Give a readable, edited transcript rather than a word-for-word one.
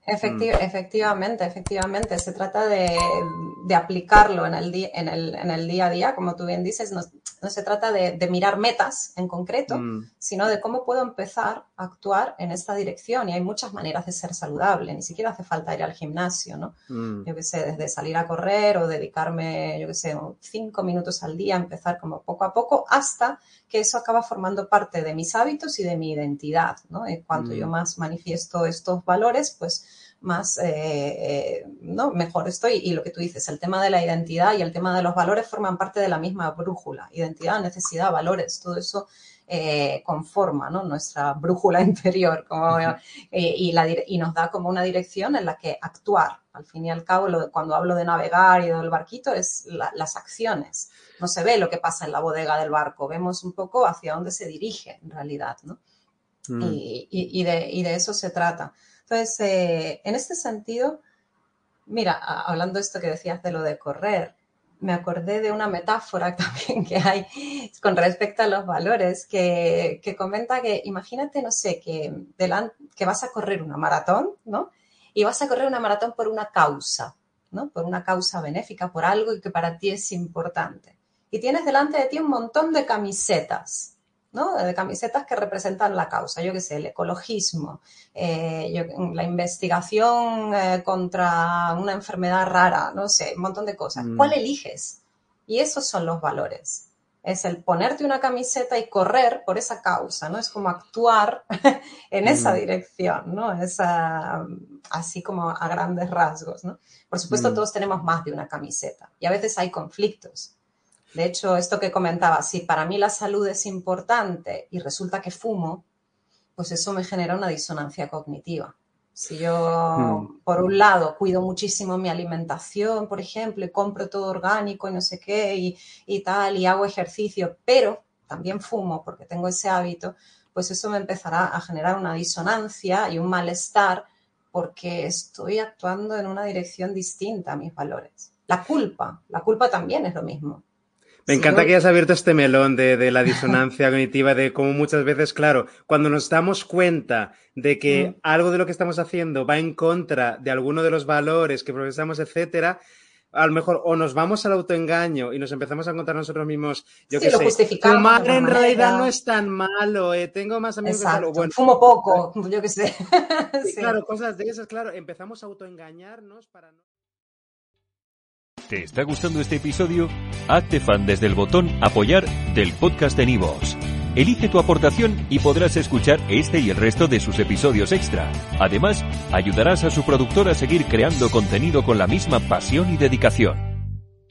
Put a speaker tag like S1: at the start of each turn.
S1: Efectivamente. Se trata de aplicarlo en el día a día, como tú bien dices. No se trata de mirar metas en concreto, sino de cómo puedo empezar a actuar en esta dirección. Y hay muchas maneras de ser saludable. Ni siquiera hace falta ir al gimnasio, ¿no? Yo qué sé, desde salir a correr o dedicarme, 5 minutos al día, empezar como poco a poco, hasta que eso acaba formando parte de mis hábitos y de mi identidad, ¿no? Y cuanto yo más manifiesto estos valores, pues más ¿no? mejor estoy. Y lo que tú dices, el tema de la identidad y el tema de los valores forman parte de la misma brújula. Identidad, necesidad, valores, todo eso conforma, ¿no? Nuestra brújula interior y nos da como una dirección en la que actuar. Al fin y al cabo, cuando hablo de navegar y del barquito, es las acciones. No se ve lo que pasa en la bodega del barco, vemos un poco hacia dónde se dirige en realidad, ¿no? Y de eso se trata. Entonces, en este sentido, mira, hablando de esto que decías de lo de correr, me acordé de una metáfora también que hay con respecto a los valores que comenta que, imagínate, no sé, que vas a correr una maratón, ¿no? Y vas a correr una maratón por una causa, ¿no? Por una causa benéfica, por algo y que para ti es importante. Y tienes delante de ti un montón de camisetas, ¿no? De camisetas que representan la causa, yo qué sé, el ecologismo, la investigación contra una enfermedad rara, no sé, un montón de cosas. ¿Cuál eliges? Y esos son los valores. Es el ponerte una camiseta y correr por esa causa, ¿no? Es como actuar en esa dirección, ¿no? Así como a grandes rasgos, ¿no? Por supuesto, todos tenemos más de una camiseta y a veces hay conflictos. De hecho, esto que comentaba, si para mí la salud es importante y resulta que fumo, pues eso me genera una disonancia cognitiva. Si yo, por un lado, cuido muchísimo mi alimentación, por ejemplo, y compro todo orgánico y no sé qué y tal, y hago ejercicio, pero también fumo porque tengo ese hábito, pues eso me empezará a generar una disonancia y un malestar porque estoy actuando en una dirección distinta a mis valores. La culpa también es lo mismo.
S2: Me encanta que hayas abierto este melón de la disonancia cognitiva, de cómo muchas veces, claro, cuando nos damos cuenta de que algo de lo que estamos haciendo va en contra de alguno de los valores que profesamos, etcétera, a lo mejor o nos vamos al autoengaño y nos empezamos a contar nosotros mismos, yo qué sé, fumar en realidad no es tan malo, tengo más amigos que tal, bueno,
S1: fumo poco, yo qué sé.
S2: Sí. Claro, cosas de esas, claro, empezamos a autoengañarnos para no...
S3: ¿Te está gustando este episodio? Hazte fan desde el botón Apoyar del podcast de Nivos. Elige tu aportación y podrás escuchar este y el resto de sus episodios extra. Además, ayudarás a su productor a seguir creando contenido con la misma pasión y dedicación.